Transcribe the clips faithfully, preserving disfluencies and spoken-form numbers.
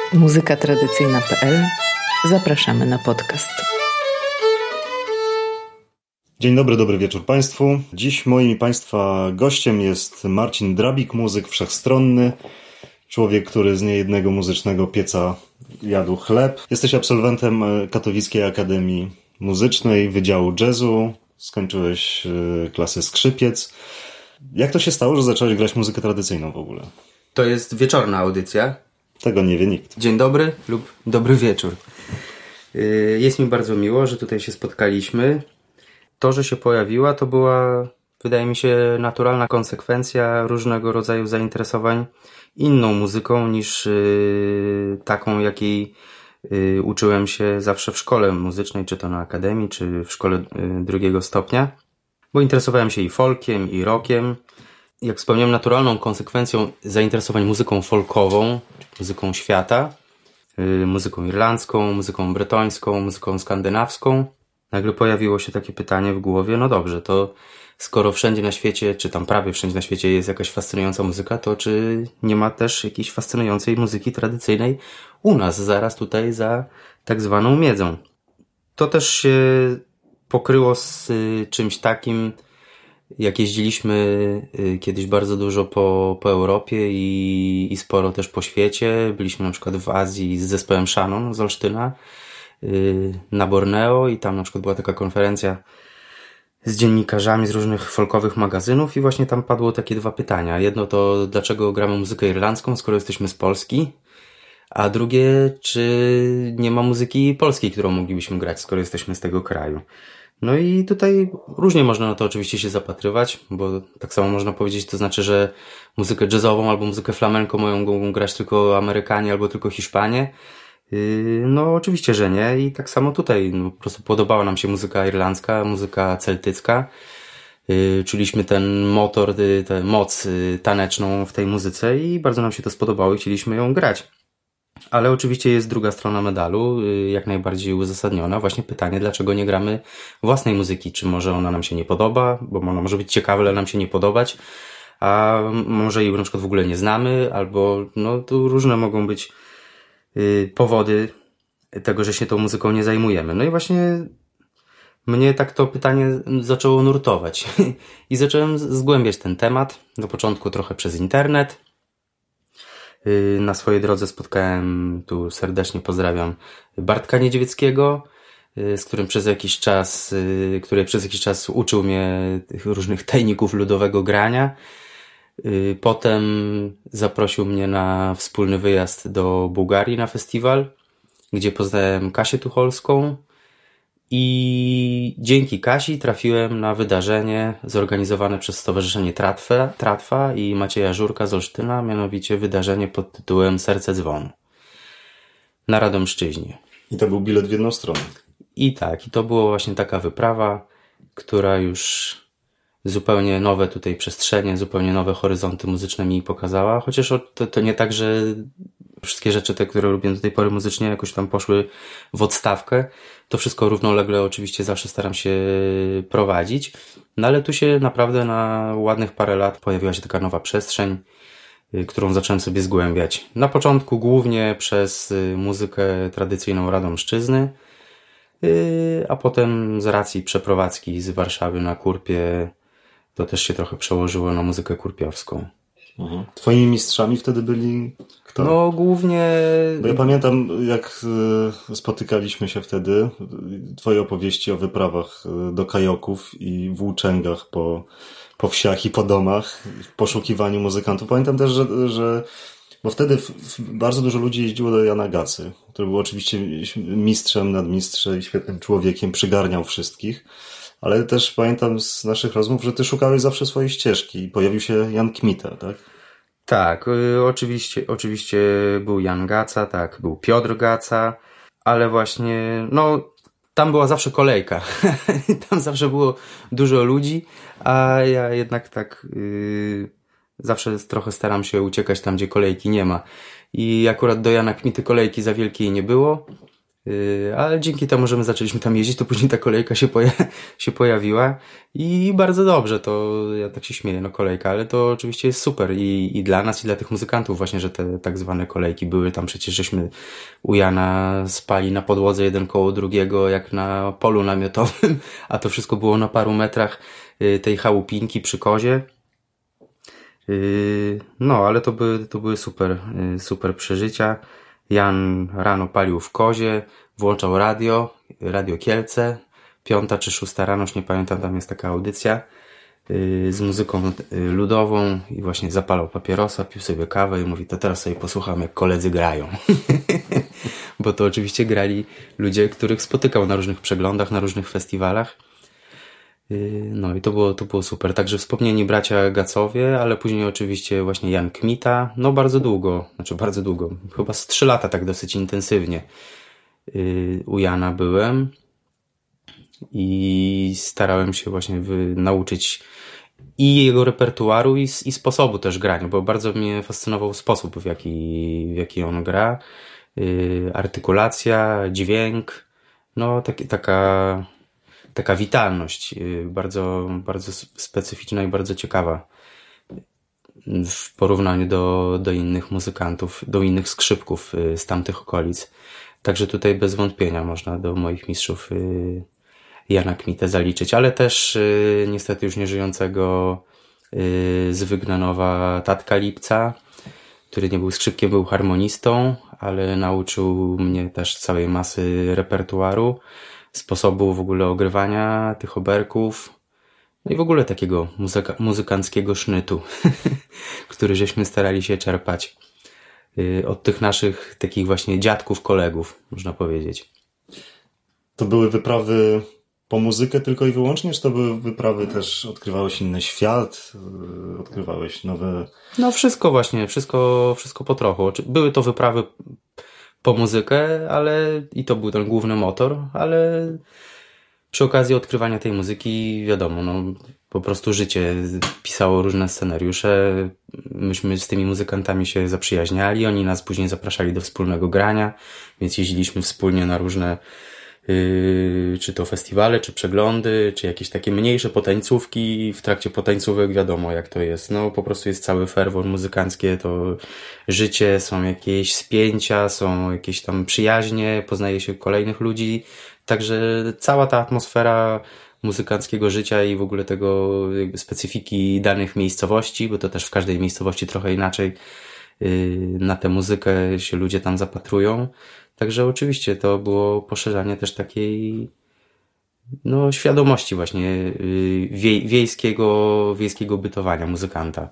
muzyka tradycyjna kropka p l. Zapraszamy na podcast. Dzień dobry, dobry wieczór Państwu. Dziś moim i Państwa gościem jest Marcin Drabik, muzyk wszechstronny. Człowiek, który z niejednego muzycznego pieca jadł chleb. Jesteś absolwentem Katowickiej Akademii Muzycznej, Wydziału Jazzu. Skończyłeś klasę skrzypiec. Jak to się stało, że zacząłeś grać muzykę tradycyjną w ogóle? To jest wieczorna audycja. Tego nie wie nikt. Dzień dobry lub dobry wieczór. Jest mi bardzo miło, że tutaj się spotkaliśmy. To, że się pojawiła, to była, wydaje mi się, naturalna konsekwencja różnego rodzaju zainteresowań inną muzyką niż yy, taką, jakiej yy, uczyłem się zawsze w szkole muzycznej, czy to na akademii, czy w szkole yy, drugiego stopnia. Bo interesowałem się i folkiem, i rockiem. Jak wspomniałem, naturalną konsekwencją zainteresowań muzyką folkową, muzyką świata, yy, muzyką irlandzką, muzyką bretońską, muzyką skandynawską, nagle pojawiło się takie pytanie w głowie, no dobrze, to skoro wszędzie na świecie, czy tam prawie wszędzie na świecie jest jakaś fascynująca muzyka, to czy nie ma też jakiejś fascynującej muzyki tradycyjnej u nas, zaraz tutaj za tak zwaną miedzą? To też się pokryło z czymś takim, jak jeździliśmy kiedyś bardzo dużo po, po Europie i, i sporo też po świecie. Byliśmy na przykład w Azji z zespołem Shannon z Olsztyna, na Borneo i tam na przykład była taka konferencja z dziennikarzami z różnych folkowych magazynów i właśnie tam padło takie dwa pytania. Jedno to, dlaczego gramy muzykę irlandzką, skoro jesteśmy z Polski, a drugie, czy nie ma muzyki polskiej, którą moglibyśmy grać, skoro jesteśmy z tego kraju. No i tutaj różnie można na to oczywiście się zapatrywać, bo tak samo można powiedzieć, to znaczy, że muzykę jazzową albo muzykę flamenko mogą grać tylko Amerykanie albo tylko Hiszpanie. No oczywiście, że nie i tak samo tutaj no, po prostu podobała nam się muzyka irlandzka, muzyka celtycka. Czuliśmy ten motor, tę moc taneczną w tej muzyce i bardzo nam się to spodobało i chcieliśmy ją grać. Ale oczywiście jest druga strona medalu, jak najbardziej uzasadniona. Właśnie pytanie, dlaczego nie gramy własnej muzyki? Czy może ona nam się nie podoba? Bo ona może być ciekawa, ale nam się nie podobać. A może jej na przykład w ogóle nie znamy? Albo no tu różne mogą być powody tego, że się tą muzyką nie zajmujemy. No i właśnie mnie tak to pytanie zaczęło nurtować i zacząłem zgłębiać ten temat. Do początku trochę przez internet. Na swojej drodze spotkałem, tu serdecznie pozdrawiam, Bartka Niedźwieckiego, z którym przez jakiś czas, który przez jakiś czas uczył mnie tych różnych tajników ludowego grania. Potem zaprosił mnie na wspólny wyjazd do Bułgarii na festiwal, gdzie poznałem Kasię Tucholską i dzięki Kasi trafiłem na wydarzenie zorganizowane przez Stowarzyszenie Tratwa, Tratwa i Macieja Żurka z Olsztyna, mianowicie wydarzenie pod tytułem Serce Dzwonu na Radomszczyźnie. I to był bilet w jedną stronę. I tak, i to była właśnie taka wyprawa, która już zupełnie nowe tutaj przestrzenie, zupełnie nowe horyzonty muzyczne mi pokazała, chociaż to, to nie tak, że wszystkie rzeczy te, które robię do tej pory muzycznie jakoś tam poszły w odstawkę. To wszystko równolegle oczywiście zawsze staram się prowadzić, no ale tu się naprawdę na ładnych parę lat pojawiła się taka nowa przestrzeń, którą zacząłem sobie zgłębiać. Na początku głównie przez muzykę tradycyjną Radomszczyzny, a potem z racji przeprowadzki z Warszawy na Kurpie to też się trochę przełożyło na muzykę kurpiowską. Mhm. Twoimi mistrzami wtedy byli kto? No głównie... Bo ja pamiętam, jak spotykaliśmy się wtedy, twoje opowieści o wyprawach do kajoków i włóczęgach po, po wsiach i po domach, w poszukiwaniu muzykantów. Pamiętam też, że, że bo wtedy w, w bardzo dużo ludzi jeździło do Jana Gacy, który był oczywiście mistrzem, nadmistrzem i świetnym człowiekiem, przygarniał wszystkich. Ale też pamiętam z naszych rozmów, że ty szukałeś zawsze swojej ścieżki i pojawił się Jan Kmita, tak? Tak, y, oczywiście, oczywiście był Jan Gaca, tak, był Piotr Gaca, ale właśnie, no, tam była zawsze kolejka. Tam zawsze było dużo ludzi, a ja jednak tak y, zawsze trochę staram się uciekać tam, gdzie kolejki nie ma. I akurat do Jana Kmity kolejki za wielkiej nie było. Ale dzięki temu, że my zaczęliśmy tam jeździć, to później ta kolejka się, poja- się pojawiła i bardzo dobrze, to ja tak się śmieję, no kolejka, ale to oczywiście jest super i, i dla nas, i dla tych muzykantów właśnie, że te tak zwane kolejki były tam, przecież żeśmy u Jana spali na podłodze jeden koło drugiego, jak na polu namiotowym, a to wszystko było na paru metrach tej chałupinki przy kozie. No, ale to były, to były super, super przeżycia. Jan rano palił w kozie, włączał radio, Radio Kielce, piąta czy szósta rano, już nie pamiętam, tam jest taka audycja yy, z muzyką yy, ludową i właśnie zapalał papierosa, pił sobie kawę i mówi, to teraz sobie posłucham, jak koledzy grają. Bo to oczywiście grali ludzie, których spotykał na różnych przeglądach, na różnych festiwalach. No i to było, to było super. Także wspomnieni bracia Gacowie, ale później oczywiście właśnie Jan Kmita. No bardzo długo, znaczy bardzo długo, chyba z trzy lata tak dosyć intensywnie yy, u Jana byłem i starałem się właśnie wy, nauczyć i jego repertuaru i, i sposobu też grania, bo bardzo mnie fascynował sposób, w jaki, w jaki on gra. Yy, artykulacja, dźwięk, no taki, taka... taka witalność, bardzo, bardzo specyficzna i bardzo ciekawa w porównaniu do, do innych muzykantów, do innych skrzypków z tamtych okolic. Także tutaj bez wątpienia można do moich mistrzów Jana Kmitę zaliczyć, ale też niestety już nieżyjącego z Wygnanowa Tatka Lipca, który nie był skrzypkiem, był harmonistą, ale nauczył mnie też całej masy repertuaru, sposobu w ogóle ogrywania tych oberków, no i w ogóle takiego muzyka, muzykanckiego sznytu, który żeśmy starali się czerpać od tych naszych takich właśnie dziadków, kolegów, można powiedzieć. To były wyprawy po muzykę tylko i wyłącznie, czy to były wyprawy też, odkrywałeś inny świat, odkrywałeś nowe... No wszystko właśnie, wszystko, wszystko po trochu. Były to wyprawy po muzykę, ale i to był ten główny motor, ale przy okazji odkrywania tej muzyki, wiadomo, no po prostu życie pisało różne scenariusze, myśmy z tymi muzykantami się zaprzyjaźniali, oni nas później zapraszali do wspólnego grania, więc jeździliśmy wspólnie na różne yy, czy to festiwale, czy przeglądy, czy jakieś takie mniejsze potańcówki. W trakcie potańcówek wiadomo jak to jest, no po prostu jest cały ferwor muzykanckie, to życie, są jakieś spięcia, są jakieś tam przyjaźnie, poznaje się kolejnych ludzi, także cała ta atmosfera muzykanckiego życia i w ogóle tego jakby specyfiki danych miejscowości, bo to też w każdej miejscowości trochę inaczej yy, na tę muzykę się ludzie tam zapatrują. Także oczywiście to było poszerzanie też takiej no świadomości właśnie yy, wie, wiejskiego, wiejskiego bytowania muzykanta.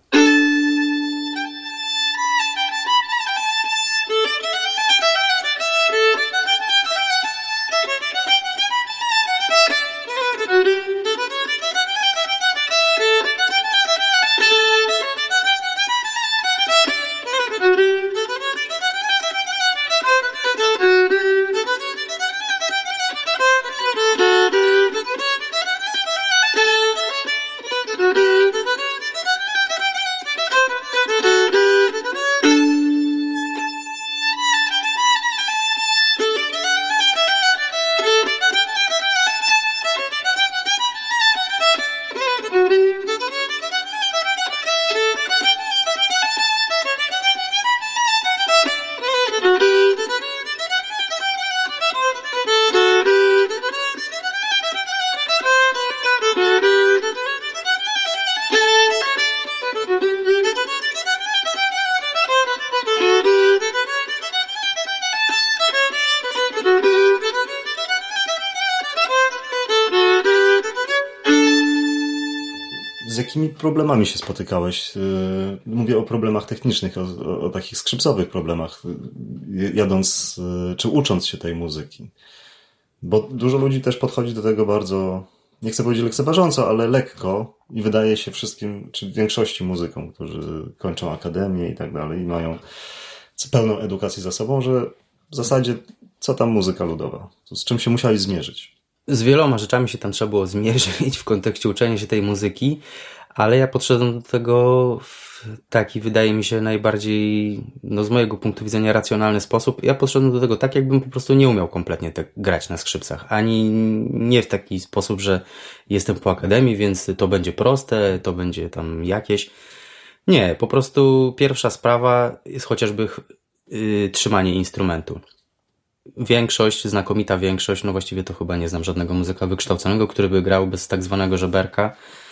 Z jakimi problemami się spotykałeś? Mówię o problemach technicznych, o, o, o takich skrzypcowych problemach, jadąc czy ucząc się tej muzyki. Bo dużo ludzi też podchodzi do tego bardzo, nie chcę powiedzieć lekceważąco, ale lekko i wydaje się wszystkim, czy większości muzykom, którzy kończą akademię i tak dalej i mają pełną edukację za sobą, że w zasadzie co tam muzyka ludowa? Z czym się musiałeś zmierzyć? Z wieloma rzeczami się tam trzeba było zmierzyć w kontekście uczenia się tej muzyki, Ale ja podszedłem do tego w taki, wydaje mi się, najbardziej, no z mojego punktu widzenia, racjonalny sposób. Ja podszedłem do tego tak, jakbym po prostu nie umiał kompletnie tak grać na skrzypcach. Ani nie w taki sposób, że jestem po akademii, więc to będzie proste, to będzie tam jakieś. Nie, po prostu pierwsza sprawa jest chociażby yy, trzymanie instrumentu. Większość, znakomita większość, no właściwie to chyba nie znam żadnego muzyka wykształconego, który by grał bez tak zwanego żeberka,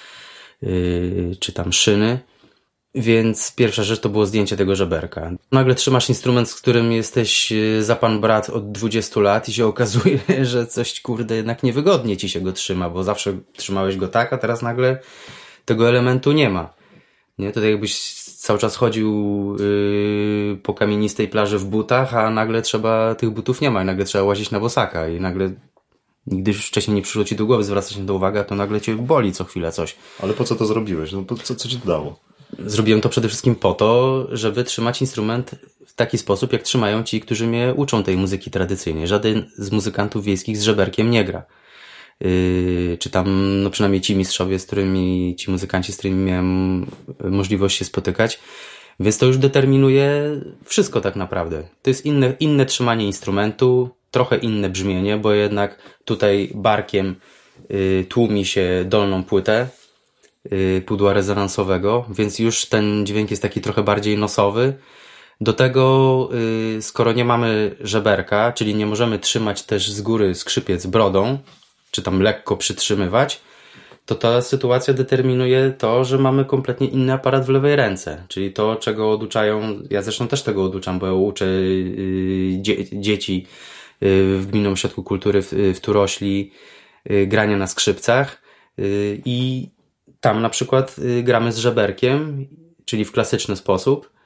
yy, czy tam szyny. Więc pierwsza rzecz to było zdjęcie tego żeberka. Nagle trzymasz instrument, z którym jesteś za pan brat od dwudziestu lat i się okazuje, że coś kurde jednak niewygodnie ci się go trzyma, bo zawsze trzymałeś go tak, a teraz nagle tego elementu nie ma. Nie, to tak jakbyś cały czas chodził yy, po kamienistej plaży w butach, a nagle trzeba, tych butów nie ma i nagle trzeba łazić na bosaka i nagle nigdy już wcześniej nie przyszło ci do głowy zwracać na to uwagę, to nagle cię boli co chwilę coś. Ale po co to zrobiłeś? No po co, co ci to dało? Zrobiłem to przede wszystkim po to, żeby trzymać instrument w taki sposób, jak trzymają ci, którzy mnie uczą tej muzyki tradycyjnej. Żaden z muzykantów wiejskich z żeberkiem nie gra. Yy, czy tam, no przynajmniej ci mistrzowie, z którymi, ci muzykanci, z którymi miałem możliwość się spotykać. Więc to już determinuje wszystko tak naprawdę. To jest inne, inne trzymanie instrumentu, trochę inne brzmienie, bo jednak tutaj barkiem yy, tłumi się dolną płytę yy, pudła rezonansowego, więc już ten dźwięk jest taki trochę bardziej nosowy. Do tego, yy, skoro nie mamy żeberka, czyli nie możemy trzymać też z góry skrzypiec brodą, czy tam lekko przytrzymywać, to ta sytuacja determinuje to, że mamy kompletnie inny aparat w lewej ręce. Czyli to, czego oduczają, ja zresztą też tego oduczam, bo ja uczę yy, dzie- dzieci yy, w Gminnym Ośrodku Kultury w, w Turośli yy, grania na skrzypcach yy, i tam na przykład yy, gramy z żeberkiem, czyli w klasyczny sposób,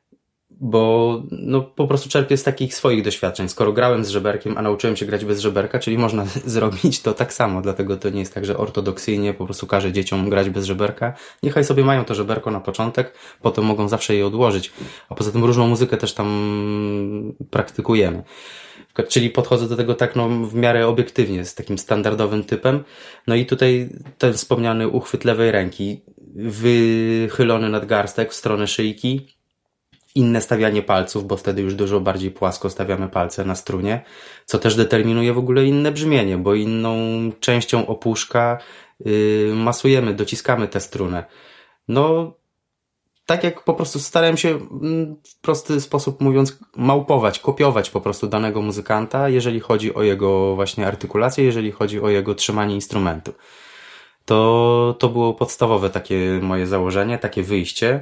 bo no po prostu czerpię z takich swoich doświadczeń. Skoro grałem z żeberkiem, a nauczyłem się grać bez żeberka, czyli można zrobić to tak samo, dlatego to nie jest tak, że ortodoksyjnie po prostu każę dzieciom grać bez żeberka. Niechaj sobie mają to żeberko na początek, potem mogą zawsze je odłożyć. A poza tym różną muzykę też tam praktykujemy. Czyli podchodzę do tego tak no w miarę obiektywnie, z takim standardowym typem. No i tutaj ten wspomniany uchwyt lewej ręki, wychylony nadgarstek w stronę szyjki, inne stawianie palców, bo wtedy już dużo bardziej płasko stawiamy palce na strunie, co też determinuje w ogóle inne brzmienie, bo inną częścią opuszka yy, masujemy, dociskamy tę strunę. No, tak jak po prostu starałem się w prosty sposób mówiąc małpować, kopiować po prostu danego muzykanta, jeżeli chodzi o jego właśnie artykulację, jeżeli chodzi o jego trzymanie instrumentu. To, to było podstawowe takie moje założenie, takie wyjście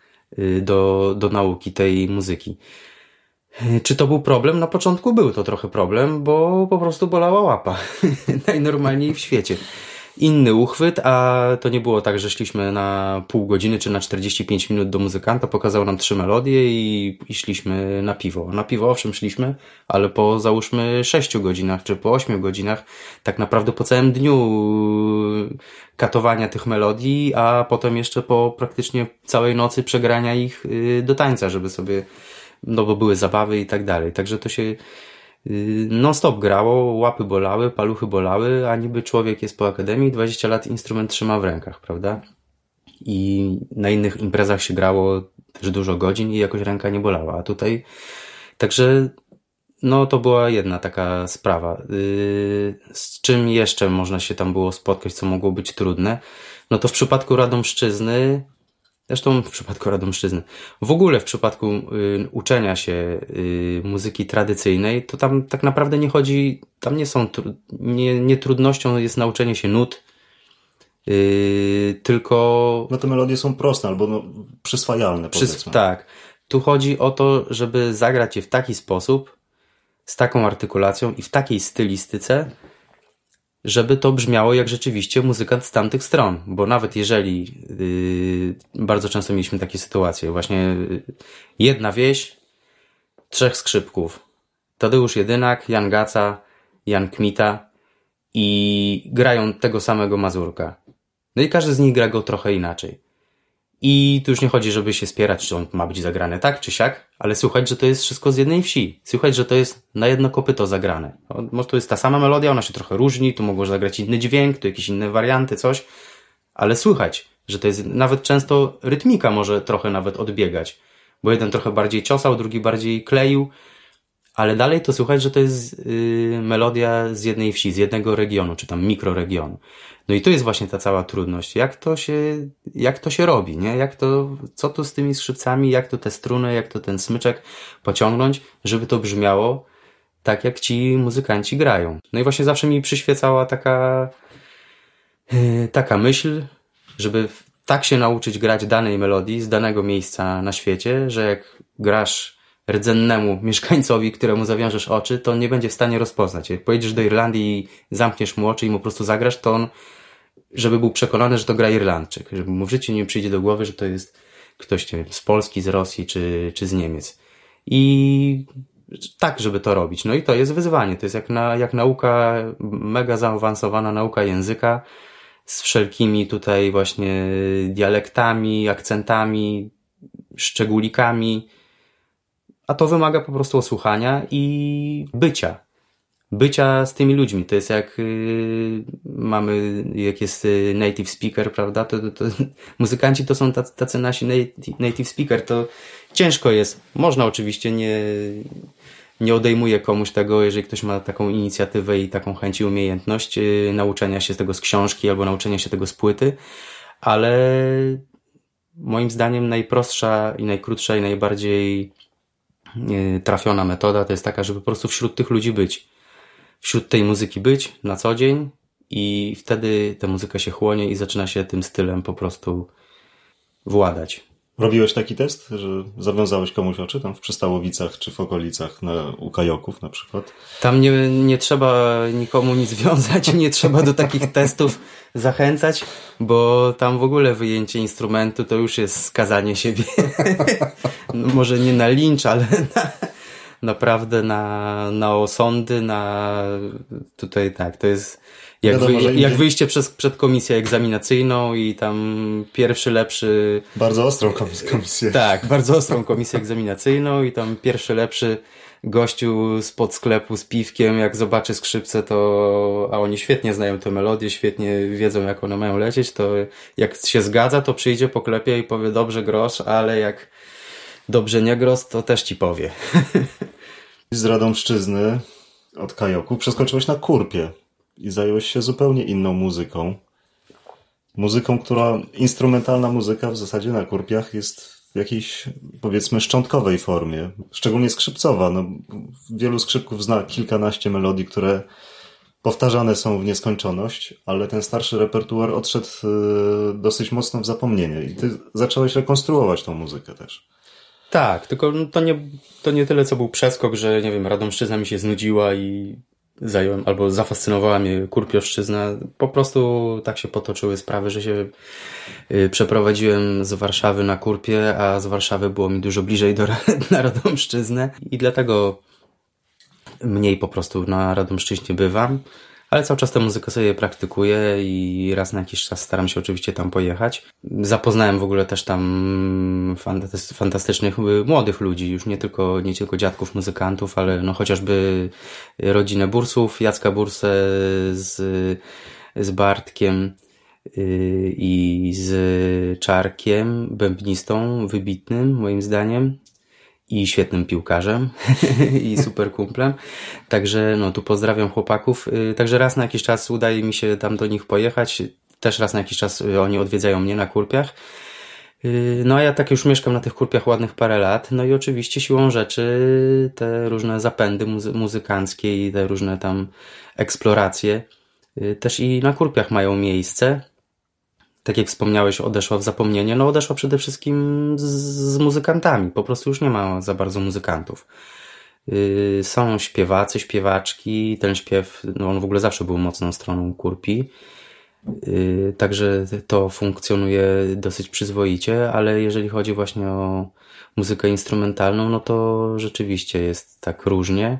do, do nauki tej muzyki. Czy to był problem? Na początku był to trochę problem, bo po prostu bolała łapa. Najnormalniej w świecie. Inny uchwyt, a to nie było tak, że szliśmy na pół godziny czy na czterdzieści pięć minut do muzykanta, pokazał nam trzy melodie i, i szliśmy na piwo. Na piwo owszem szliśmy, ale po załóżmy sześciu godzinach czy po ośmiu godzinach, tak naprawdę po całym dniu katowania tych melodii, a potem jeszcze po praktycznie całej nocy przegrania ich do tańca, żeby sobie, no bo były zabawy i tak dalej. Także to się non stop grało, łapy bolały, paluchy bolały, a niby człowiek jest po akademii, dwadzieścia lat instrument trzyma w rękach, prawda? I na innych imprezach się grało też dużo godzin i jakoś ręka nie bolała, a tutaj także no to była jedna taka sprawa. Z czym jeszcze można się tam było spotkać, co mogło być trudne? No to w przypadku Radomszczyzny, zresztą w przypadku Radomszczyzny, w ogóle w przypadku y, uczenia się y, muzyki tradycyjnej, to tam tak naprawdę nie chodzi, tam nie są, nie, nie trudnością jest nauczenie się nut, y, tylko... No te melodie są proste, albo no, przyswajalne, Przys- powiedzmy. Tak. Tu chodzi o to, żeby zagrać je w taki sposób, z taką artykulacją i w takiej stylistyce, żeby to brzmiało jak rzeczywiście muzykant z tamtych stron, bo nawet jeżeli yy, bardzo często mieliśmy takie sytuacje, właśnie yy, jedna wieś, trzech skrzypków, Tadeusz Jedynak, Jan Gaca, Jan Kmita i grają tego samego mazurka. No i każdy z nich gra go trochę inaczej. I tu już nie chodzi, żeby się spierać, czy on ma być zagrany tak, czy siak, ale słychać, że to jest wszystko z jednej wsi. Słychać, że to jest na jedno kopyto zagrane. Może to jest ta sama melodia, ona się trochę różni, tu mogło zagrać inny dźwięk, tu jakieś inne warianty, coś, ale słychać. Że to jest nawet często rytmika może trochę nawet odbiegać. Bo jeden trochę bardziej ciosał, drugi bardziej kleił, ale dalej to słychać, że to jest yy, melodia z jednej wsi, z jednego regionu, czy tam mikroregionu. No i to jest właśnie ta cała trudność. Jak to się, jak to się robi, nie? Jak to, co tu z tymi skrzypcami, jak to te struny, jak to ten smyczek pociągnąć, żeby to brzmiało tak, jak ci muzykanci grają. No i właśnie zawsze mi przyświecała taka, yy, taka myśl, żeby tak się nauczyć grać danej melodii z danego miejsca na świecie, że jak grasz rdzennemu mieszkańcowi, któremu zawiążesz oczy, to on nie będzie w stanie rozpoznać. Jak pojedziesz do Irlandii i zamkniesz mu oczy i mu po prostu zagrasz, to on, żeby był przekonany, że to gra Irlandczyk. Żeby mu w życiu nie przyjdzie do głowy, że to jest ktoś, nie wiem, z Polski, z Rosji czy, czy z Niemiec. I tak, żeby to robić. No i to jest wyzwanie. To jest jak, na, jak nauka, mega zaawansowana nauka języka, z wszelkimi tutaj właśnie dialektami, akcentami, szczególikami, a to wymaga po prostu słuchania i bycia. Bycia z tymi ludźmi. To jest jak yy, mamy, jak jest native speaker, prawda? To, to, to muzykanci to są tacy, tacy nasi native, native speaker. To ciężko jest. Można oczywiście, nie, nie odejmuję komuś tego, jeżeli ktoś ma taką inicjatywę i taką chęć i umiejętność yy, nauczenia się tego z książki albo nauczenia się tego z płyty, ale moim zdaniem najprostsza i najkrótsza i najbardziej yy, trafiona metoda to jest taka, żeby po prostu wśród tych ludzi być. Wśród tej muzyki być na co dzień i wtedy ta muzyka się chłonie i zaczyna się tym stylem po prostu władać. Robiłeś taki test, że zawiązałeś komuś oczy tam w Przystałowicach czy w okolicach na, u kajoków na przykład? Tam nie, nie trzeba nikomu nic wiązać, nie trzeba do takich testów zachęcać, bo tam w ogóle wyjęcie instrumentu to już jest skazanie siebie. No, może nie na lincz, ale na, naprawdę na, na osądy, na tutaj tak, to jest jak, Wiadomo, wy, nie... jak wyjście przez, przed komisję egzaminacyjną i tam pierwszy lepszy... Bardzo ostrą komisję. Tak, bardzo ostrą komisję egzaminacyjną i tam pierwszy lepszy gościu spod sklepu z piwkiem, jak zobaczy skrzypce, to a oni świetnie znają tę melodię, świetnie wiedzą, jak one mają lecieć, to jak się zgadza, to przyjdzie, poklepie i powie dobrze grosz, ale jak dobrze nie grosz, to też ci powie. Z Radomszczyzny od kajoków przeskoczyłeś na Kurpie i zająłeś się zupełnie inną muzyką. Muzyką, która, instrumentalna muzyka w zasadzie na Kurpiach jest w jakiejś, powiedzmy, szczątkowej formie. Szczególnie skrzypcowa. No, wielu skrzypków zna kilkanaście melodii, które powtarzane są w nieskończoność, ale ten starszy repertuar odszedł y, dosyć mocno w zapomnienie i ty zacząłeś rekonstruować tą muzykę też. Tak, tylko to nie, to nie tyle, co był przeskok, że nie wiem, Radomszczyzna mi się znudziła i zająłem, albo zafascynowała mnie Kurpiowszczyzna. Po prostu tak się potoczyły sprawy, że się y, przeprowadziłem z Warszawy na Kurpie, a z Warszawy było mi dużo bliżej do na Radomszczyznę i dlatego mniej po prostu na Radomszczyźnie bywam. Ale cały czas tę muzykę sobie praktykuję i raz na jakiś czas staram się oczywiście tam pojechać. Zapoznałem w ogóle też tam fantastycznych młodych ludzi, już nie tylko, nie tylko dziadków muzykantów, ale no chociażby rodzinę Bursów, Jacka Bursę z, z Bartkiem i z Czarkiem, bębnistą, wybitnym moim zdaniem. I świetnym piłkarzem i super kumplem. Także no tu pozdrawiam chłopaków. Także raz na jakiś czas udaje mi się tam do nich pojechać. Też raz na jakiś czas oni odwiedzają mnie na Kurpiach. No a ja tak już mieszkam na tych Kurpiach ładnych parę lat. No i oczywiście siłą rzeczy te różne zapędy muzy- muzykanckie i te różne tam eksploracje też i na Kurpiach mają miejsce. Tak jak wspomniałeś, odeszła w zapomnienie. No odeszła przede wszystkim z, z muzykantami. Po prostu już nie ma za bardzo muzykantów. Yy, są śpiewacy, śpiewaczki. Ten śpiew, no on w ogóle zawsze był mocną stroną Kurpi. Yy, także to funkcjonuje dosyć przyzwoicie, ale jeżeli chodzi właśnie o muzykę instrumentalną, no to rzeczywiście jest tak różnie.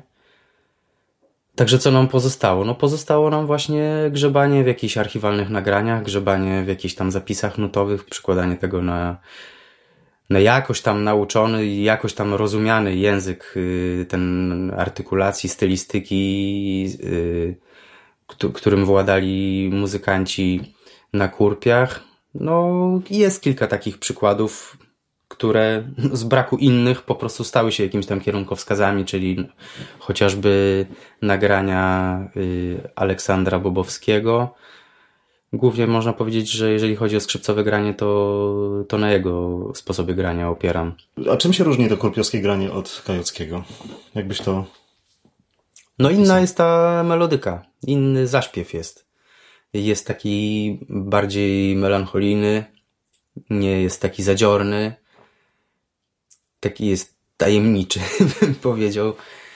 Także co nam pozostało? No pozostało nam właśnie grzebanie w jakichś archiwalnych nagraniach, grzebanie w jakichś tam zapisach nutowych, przykładanie tego na, na jakoś tam nauczony i jakoś tam rozumiany język, ten artykulacji, stylistyki, którym władali muzykanci na Kurpiach. No, jest kilka takich przykładów, które z braku innych po prostu stały się jakimiś tam kierunkowskazami, czyli chociażby nagrania y, Aleksandra Bobowskiego. Głównie można powiedzieć, że jeżeli chodzi o skrzypcowe granie, to, to na jego sposobie grania opieram. A czym się różni to kurpiowskie granie od kajockiego? Jakbyś to... No inna jest ta melodyka, inny zaśpiew jest. Jest taki bardziej melancholijny, nie jest taki zadziorny, taki jest tajemniczy, bym powiedział.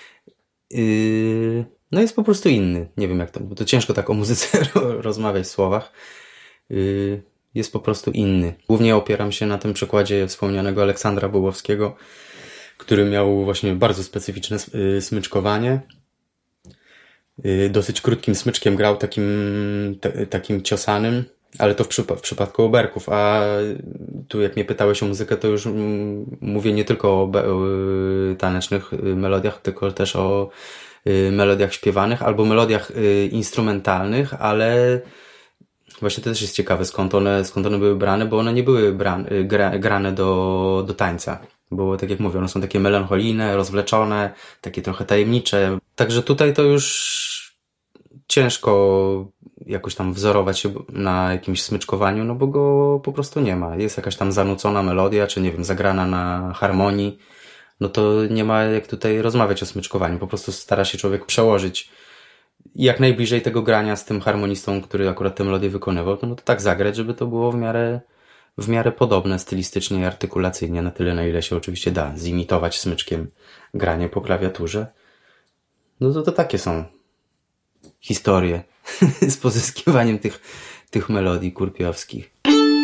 Yy, no jest po prostu inny. Nie wiem jak to, bo to ciężko tak o muzyce rozmawiać w słowach. Yy, jest po prostu inny. Głównie opieram się na tym przykładzie wspomnianego Aleksandra Bobowskiego, który miał właśnie bardzo specyficzne smyczkowanie. Yy, dosyć krótkim smyczkiem grał, takim, t- takim ciosanym, ale to w, przypa- w przypadku oberków, a tu jak mnie pytałeś o muzykę, to już m- mówię nie tylko o, be- o y, tanecznych y, melodiach, tylko też o y, melodiach śpiewanych albo melodiach y, instrumentalnych, ale właśnie to też jest ciekawe, skąd one, skąd one były brane, bo one nie były bran- y, gra- grane do, do tańca. Bo tak jak mówię, one są takie melancholijne, rozwleczone, takie trochę tajemnicze. Także tutaj to już ciężko jakoś tam wzorować się na jakimś smyczkowaniu, no bo go po prostu nie ma. Jest jakaś tam zanucona melodia, czy nie wiem, zagrana na harmonii, no to nie ma jak tutaj rozmawiać o smyczkowaniu. Po prostu stara się człowiek przełożyć jak najbliżej tego grania z tym harmonistą, który akurat tę melodię wykonywał, no to tak zagrać, żeby to było w miarę w miarę podobne stylistycznie i artykulacyjnie, na tyle na ile się oczywiście da zimitować smyczkiem granie po klawiaturze. No to, to takie są historie z pozyskiwaniem tych, tych melodii kurpiowskich.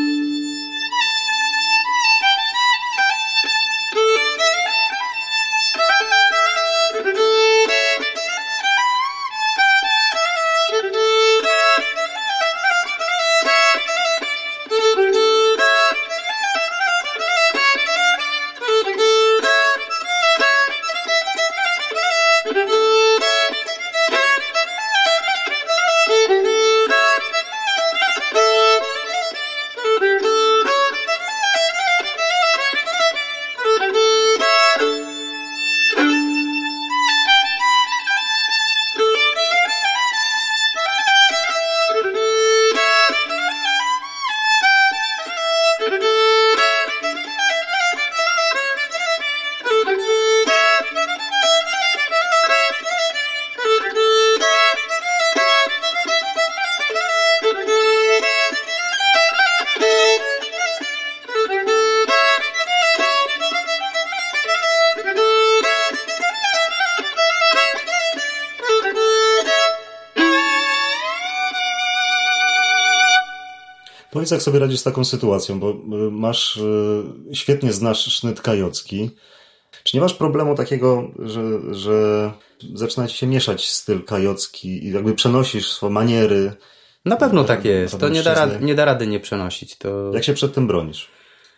Powiedz, jak sobie radzisz z taką sytuacją, bo masz, świetnie znasz sznyt kajocki. Czy nie masz problemu takiego, że, że zaczyna ci się mieszać styl kajocki i jakby przenosisz swoje maniery? Na pewno tak jest. To nie da, rady, nie da rady nie przenosić. To... Jak się przed tym bronisz?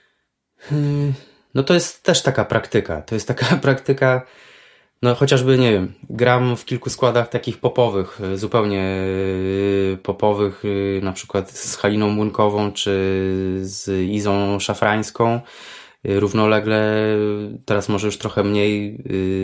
Hmm, no to jest też taka praktyka. To jest taka praktyka, no chociażby, nie wiem, gram w kilku składach takich popowych, zupełnie popowych, na przykład z Haliną Młynkową czy z Izą Szafrańską. Równolegle, teraz może już trochę mniej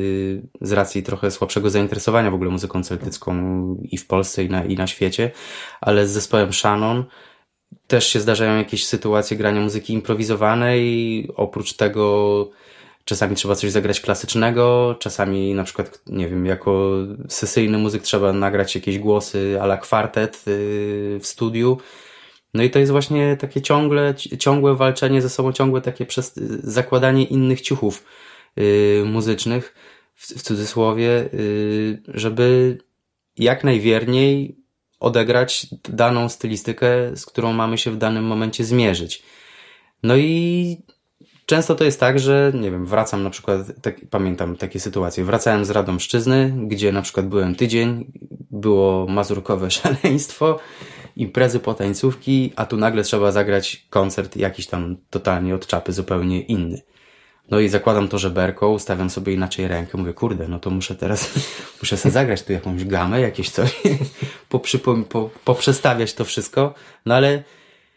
z racji trochę słabszego zainteresowania w ogóle muzyką celtycką i w Polsce i na, i na świecie, ale z zespołem Shannon też się zdarzają jakieś sytuacje grania muzyki improwizowanej. Oprócz tego czasami trzeba coś zagrać klasycznego, czasami na przykład, nie wiem, jako sesyjny muzyk trzeba nagrać jakieś głosy a la kwartet w studiu. No i to jest właśnie takie ciągle, ciągłe walczenie ze sobą, ciągłe takie przez, zakładanie innych ciuchów yy, muzycznych, w, w cudzysłowie, yy, żeby jak najwierniej odegrać daną stylistykę, z którą mamy się w danym momencie zmierzyć. No i często to jest tak, że nie wiem, wracam na przykład, tak, pamiętam takie sytuacje, wracałem z Radomszczyzny, gdzie na przykład byłem tydzień, było mazurkowe szaleństwo, imprezy, potańcówki, a tu nagle trzeba zagrać koncert jakiś tam totalnie od czapy, zupełnie inny. No i zakładam to żeberko, ustawiam sobie inaczej rękę, mówię, kurde, no to muszę teraz, muszę sobie zagrać tu jakąś gamę, jakieś coś, poprzypom- po, poprzestawiać to wszystko, no ale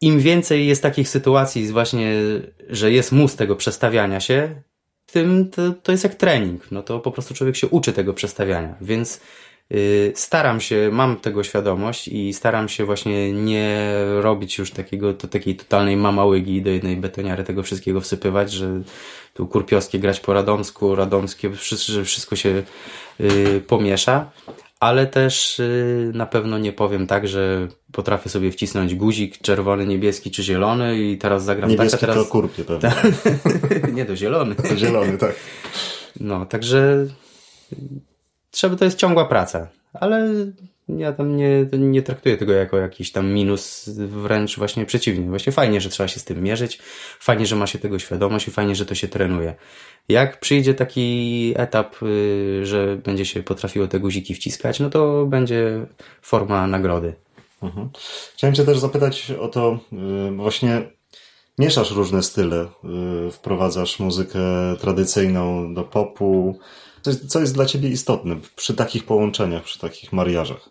im więcej jest takich sytuacji właśnie, że jest mus tego przestawiania się, tym to, to jest jak trening. No to po prostu człowiek się uczy tego przestawiania, więc yy, staram się, mam tego świadomość i staram się właśnie nie robić już takiego, to takiej totalnej mamałygi do jednej betoniary tego wszystkiego wsypywać, że tu kurpiowskie grać po radomsku, radomskie, że wszystko się yy, pomiesza. Ale też yy, na pewno nie powiem tak, że potrafię sobie wcisnąć guzik czerwony, niebieski czy zielony i teraz zagram niebieski tak, a teraz... to kurpie pewnie. Nie, to zielony. To zielony, tak. No, także trzeba, to jest ciągła praca, ale ja tam nie, nie traktuję tego jako jakiś tam minus, wręcz właśnie przeciwnie. Właśnie fajnie, że trzeba się z tym mierzyć, fajnie, że ma się tego świadomość i fajnie, że to się trenuje. Jak przyjdzie taki etap, że będzie się potrafiło te guziki wciskać, no to będzie forma nagrody. Mhm. Chciałem cię też zapytać o to, bo właśnie mieszasz różne style, wprowadzasz muzykę tradycyjną do popu. Co jest dla ciebie istotne przy takich połączeniach, przy takich mariażach?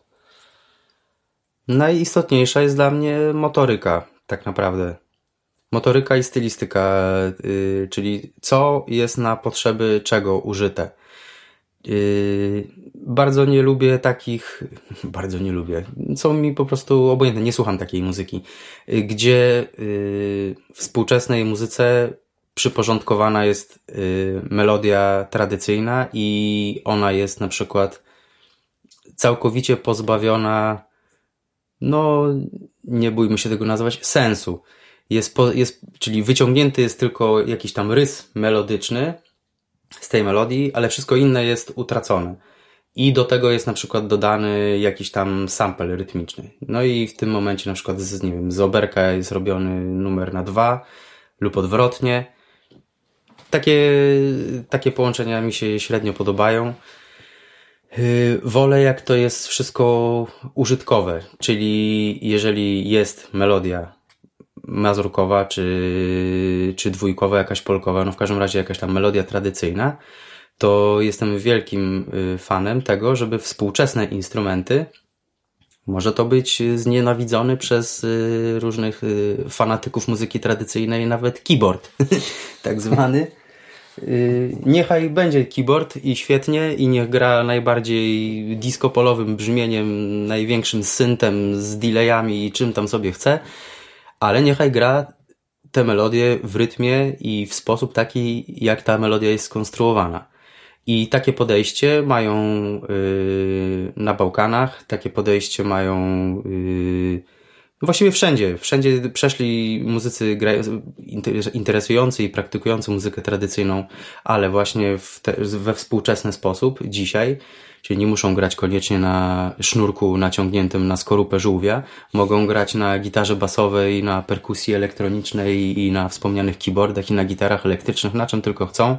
Najistotniejsza jest dla mnie motoryka, tak naprawdę. Motoryka i stylistyka, yy, czyli co jest na potrzeby czego użyte. Yy, bardzo nie lubię takich, bardzo nie lubię, są mi po prostu obojętne, nie słucham takiej muzyki, yy, gdzie yy, w współczesnej muzyce przyporządkowana jest yy, melodia tradycyjna i ona jest na przykład całkowicie pozbawiona, no nie bójmy się tego nazywać, sensu. Jest, po, jest, czyli wyciągnięty jest tylko jakiś tam rys melodyczny z tej melodii, ale wszystko inne jest utracone. I do tego jest na przykład dodany jakiś tam sample rytmiczny. No i w tym momencie na przykład z, nie wiem, z oberka jest robiony numer na dwa lub odwrotnie. Takie, takie połączenia mi się średnio podobają. Yy, wolę jak to jest wszystko użytkowe, czyli jeżeli jest melodia mazurkowa, czy, czy dwójkowa, jakaś polkowa, no w każdym razie jakaś tam melodia tradycyjna, to jestem wielkim fanem tego, żeby współczesne instrumenty, może to być znienawidzony przez różnych fanatyków muzyki tradycyjnej, nawet keyboard, tak zwany. Niechaj będzie keyboard i świetnie i niech gra najbardziej disco-polowym brzmieniem, największym syntem z delayami i czym tam sobie chce, ale niechaj gra tę melodię w rytmie i w sposób taki, jak ta melodia jest skonstruowana. I takie podejście mają yy, na Bałkanach, takie podejście mają yy, właściwie wszędzie. Wszędzie przeszli muzycy grający, interesujący i praktykujący muzykę tradycyjną, ale właśnie w te, we współczesny sposób dzisiaj. Czyli nie muszą grać koniecznie na sznurku naciągniętym na skorupę żółwia. Mogą grać na gitarze basowej, na perkusji elektronicznej i na wspomnianych keyboardach i na gitarach elektrycznych, na czym tylko chcą.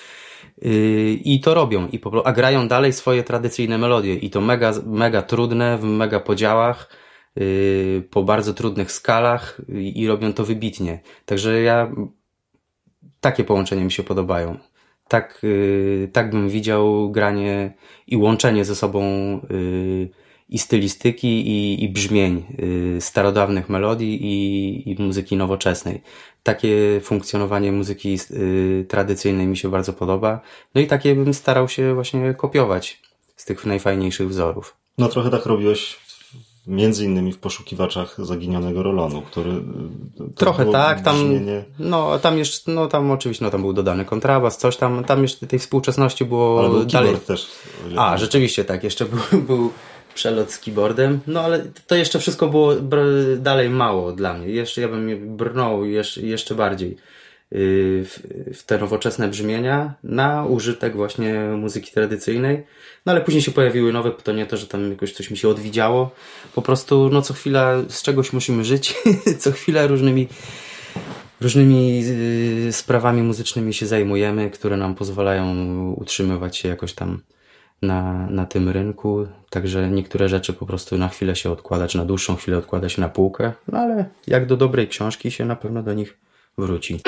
I to robią. I po, a grają dalej swoje tradycyjne melodie. I to mega, mega trudne, w mega podziałach, po bardzo trudnych skalach i robią to wybitnie. Także ja takie połączenia mi się podobają. Tak, yy, tak bym widział granie i łączenie ze sobą yy, i stylistyki i, i brzmień yy, starodawnych melodii i, i muzyki nowoczesnej. Takie funkcjonowanie muzyki yy, tradycyjnej mi się bardzo podoba. No i takie bym starał się właśnie kopiować z tych najfajniejszych wzorów. No trochę tak robiłeś między innymi w Poszukiwaczach Zaginionego Rolonu, który... Trochę tak, tam, brzmienie... no tam jeszcze, no tam oczywiście, no tam był dodany kontrabas, coś tam, tam jeszcze tej współczesności było ale był dalej. Keyboard też. A, rzeczywiście tak, jeszcze był, był przelot z keyboardem, no ale to jeszcze wszystko było br- dalej mało dla mnie, jeszcze ja bym brnął jeszcze, jeszcze bardziej w, w te nowoczesne brzmienia na użytek właśnie muzyki tradycyjnej. No ale później się pojawiły nowe, to nie to, że tam jakoś coś mi się odwidziało. Po prostu no co chwila z czegoś musimy żyć. Co chwila różnymi różnymi yy, sprawami muzycznymi się zajmujemy, które nam pozwalają utrzymywać się jakoś tam na, na tym rynku. Także niektóre rzeczy po prostu na chwilę się odkłada, czy na dłuższą chwilę odkłada się na półkę. No ale jak do dobrej książki się na pewno do nich wróci.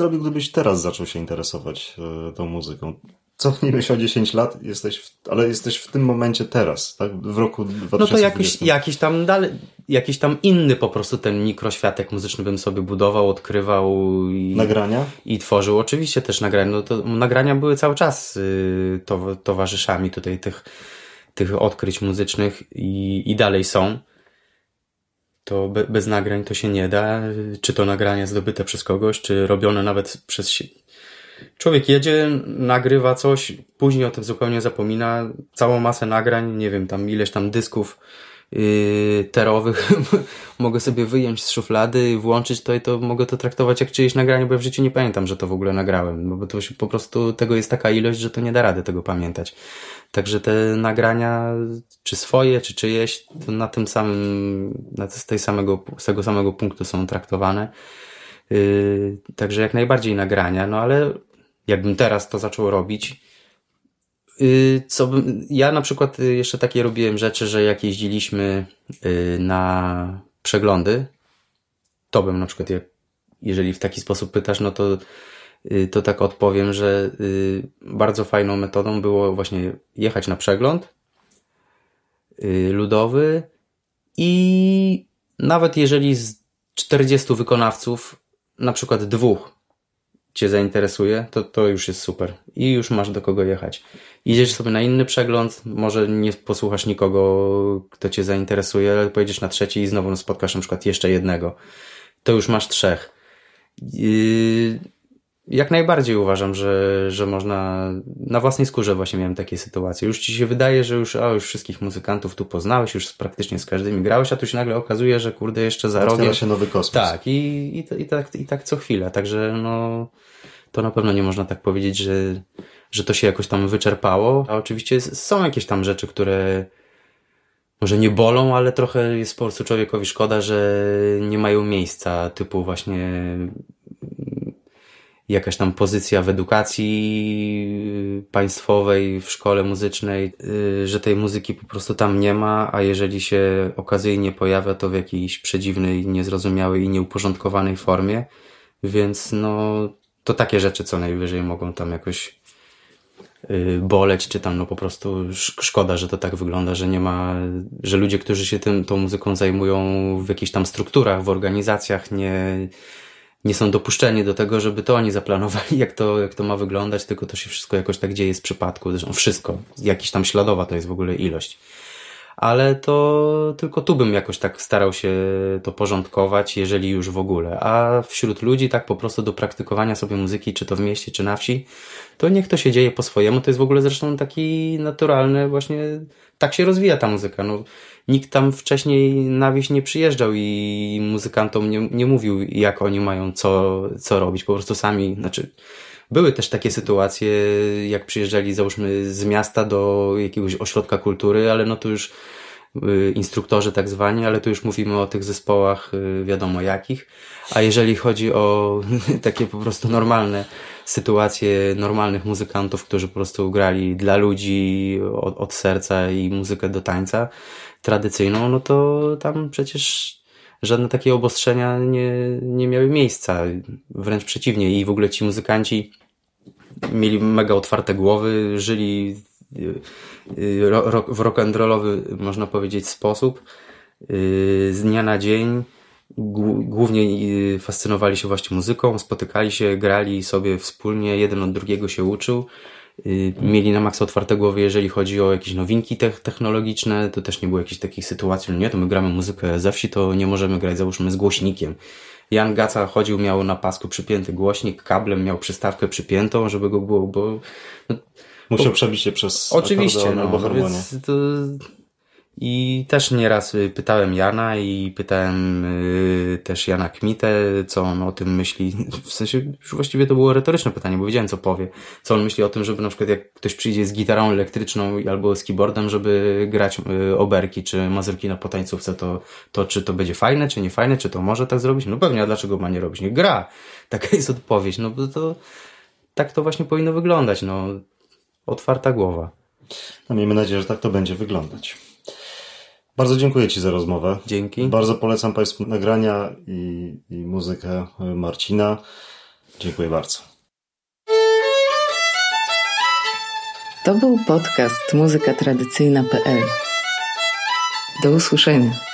zrobił, gdybyś teraz zaczął się interesować y, tą muzyką? Cofnijmy się o dziesięć lat, jesteś w, ale jesteś w tym momencie teraz, tak? W roku dwa tysiące dwudziestym. No to jakiś, jakiś tam dalej, jakiś tam inny po prostu ten mikroświatek muzyczny bym sobie budował, odkrywał i... Nagrania? I tworzył. Oczywiście też nagrania. No to nagrania były cały czas y, to, towarzyszami tutaj tych, tych odkryć muzycznych i, i dalej są. To be, bez nagrań to się nie da. Czy to nagrania zdobyte przez kogoś, czy robione nawet przez... Człowiek jedzie, nagrywa coś, później o tym zupełnie zapomina. Całą masę nagrań, nie wiem, tam ileś tam dysków yy, terowych mogę sobie wyjąć z szuflady, włączyć to i to mogę to traktować jak czyjeś nagranie, bo ja w życiu nie pamiętam, że to w ogóle nagrałem, bo to się po prostu tego jest taka ilość, że to nie da rady tego pamiętać. Także te nagrania, czy swoje, czy czyjeś, to na tym samym, na z tej samego, z tego samego punktu są traktowane. Yy, także jak najbardziej nagrania, no ale jakbym teraz to zaczął robić, yy, co bym, ja na przykład jeszcze takie robiłem rzeczy, że jak jeździliśmy yy, na przeglądy, to bym na przykład, jak, jeżeli w taki sposób pytasz, no to, yy, to tak odpowiem, że yy, bardzo fajną metodą było właśnie jechać na przegląd yy, ludowy i nawet jeżeli z czterdziestu wykonawców na przykład dwóch cię zainteresuje, to to już jest super. I już masz do kogo jechać. Idziesz sobie na inny przegląd, może nie posłuchasz nikogo, kto cię zainteresuje, ale pojedziesz na trzeci i znowu spotkasz na przykład jeszcze jednego. To już masz trzech. Yy, jak najbardziej uważam, że, że można... Na własnej skórze właśnie miałem takie sytuacje. Już ci się wydaje, że już, a, już wszystkich muzykantów tu poznałeś, już praktycznie z każdymi grałeś, a tu się nagle okazuje, że kurde jeszcze za rogiem... Otwiera się nowy kosmos. Tak, i, i, i, tak, i tak co chwilę. Także no, to na pewno nie można tak powiedzieć, że, że to się jakoś tam wyczerpało. A oczywiście są jakieś tam rzeczy, które może nie bolą, ale trochę jest po prostu człowiekowi szkoda, że nie mają miejsca, typu właśnie jakaś tam pozycja w edukacji państwowej, w szkole muzycznej, że tej muzyki po prostu tam nie ma, a jeżeli się okazyjnie pojawia, to w jakiejś przedziwnej, niezrozumiałej i nieuporządkowanej formie. Więc no, to takie rzeczy co najwyżej mogą tam jakoś boleć, czy tam no po prostu szkoda, że to tak wygląda, że nie ma, że ludzie, którzy się tym, tą muzyką zajmują w jakichś tam strukturach, w organizacjach, nie nie są dopuszczeni do tego, żeby to oni zaplanowali, jak to, jak to ma wyglądać, tylko to się wszystko jakoś tak dzieje z przypadku. Zresztą wszystko, jakiś tam śladowa to jest w ogóle ilość. Ale to tylko tu bym jakoś tak starał się to porządkować, jeżeli już w ogóle. A wśród ludzi tak po prostu do praktykowania sobie muzyki, czy to w mieście, czy na wsi, to niech to się dzieje po swojemu. To jest w ogóle zresztą taki naturalny właśnie, tak się rozwija ta muzyka. No, nikt tam wcześniej na wieś nie przyjeżdżał i muzykantom nie, nie mówił, jak oni mają co, co robić. Po prostu sami, znaczy były też takie sytuacje, jak przyjeżdżali załóżmy z miasta do jakiegoś ośrodka kultury, ale no to już y, instruktorzy tak zwani, ale tu już mówimy o tych zespołach y, wiadomo jakich. A jeżeli chodzi o takie po prostu normalne sytuacje normalnych muzykantów, którzy po prostu grali dla ludzi od, od serca i muzykę do tańca tradycyjną, no to tam przecież żadne takie obostrzenia nie, nie miały miejsca. Wręcz przeciwnie. I w ogóle ci muzykanci mieli mega otwarte głowy, żyli w rock'n'rollowy, można powiedzieć, sposób. Z dnia na dzień głównie fascynowali się właśnie muzyką, spotykali się, grali sobie wspólnie, jeden od drugiego się uczył. Mieli na maksa otwarte głowy, jeżeli chodzi o jakieś nowinki technologiczne, to też nie było jakichś takich sytuacji, no nie, to my gramy muzykę ze wsi, to nie możemy grać, załóżmy, z głośnikiem. Jan Gaca chodził, miał na pasku przypięty głośnik, kablem miał przystawkę przypiętą, żeby go było, bo... No, musiał bo, przebić się przez oczywiście, no, albo harmonię. To... I też nieraz pytałem Jana i pytałem y, też Jana Kmitę, co on o tym myśli. W sensie, już właściwie to było retoryczne pytanie, bo wiedziałem, co powie. Co on myśli o tym, żeby na przykład jak ktoś przyjdzie z gitarą elektryczną albo z keyboardem, żeby grać y, oberki czy mazurki na potańcówce, to, to czy to będzie fajne, czy nie fajne, czy to może tak zrobić? No pewnie, a dlaczego ma nie robić? Nie gra. Taka jest odpowiedź. No bo to tak to właśnie powinno wyglądać. No, otwarta głowa. No miejmy nadzieję, że tak to będzie wyglądać. Bardzo dziękuję Ci za rozmowę. Dzięki. Bardzo polecam Państwu nagrania i, i muzykę Marcina. Dziękuję bardzo. To był podcast muzyka tradycyjna kropka p l. Do usłyszenia.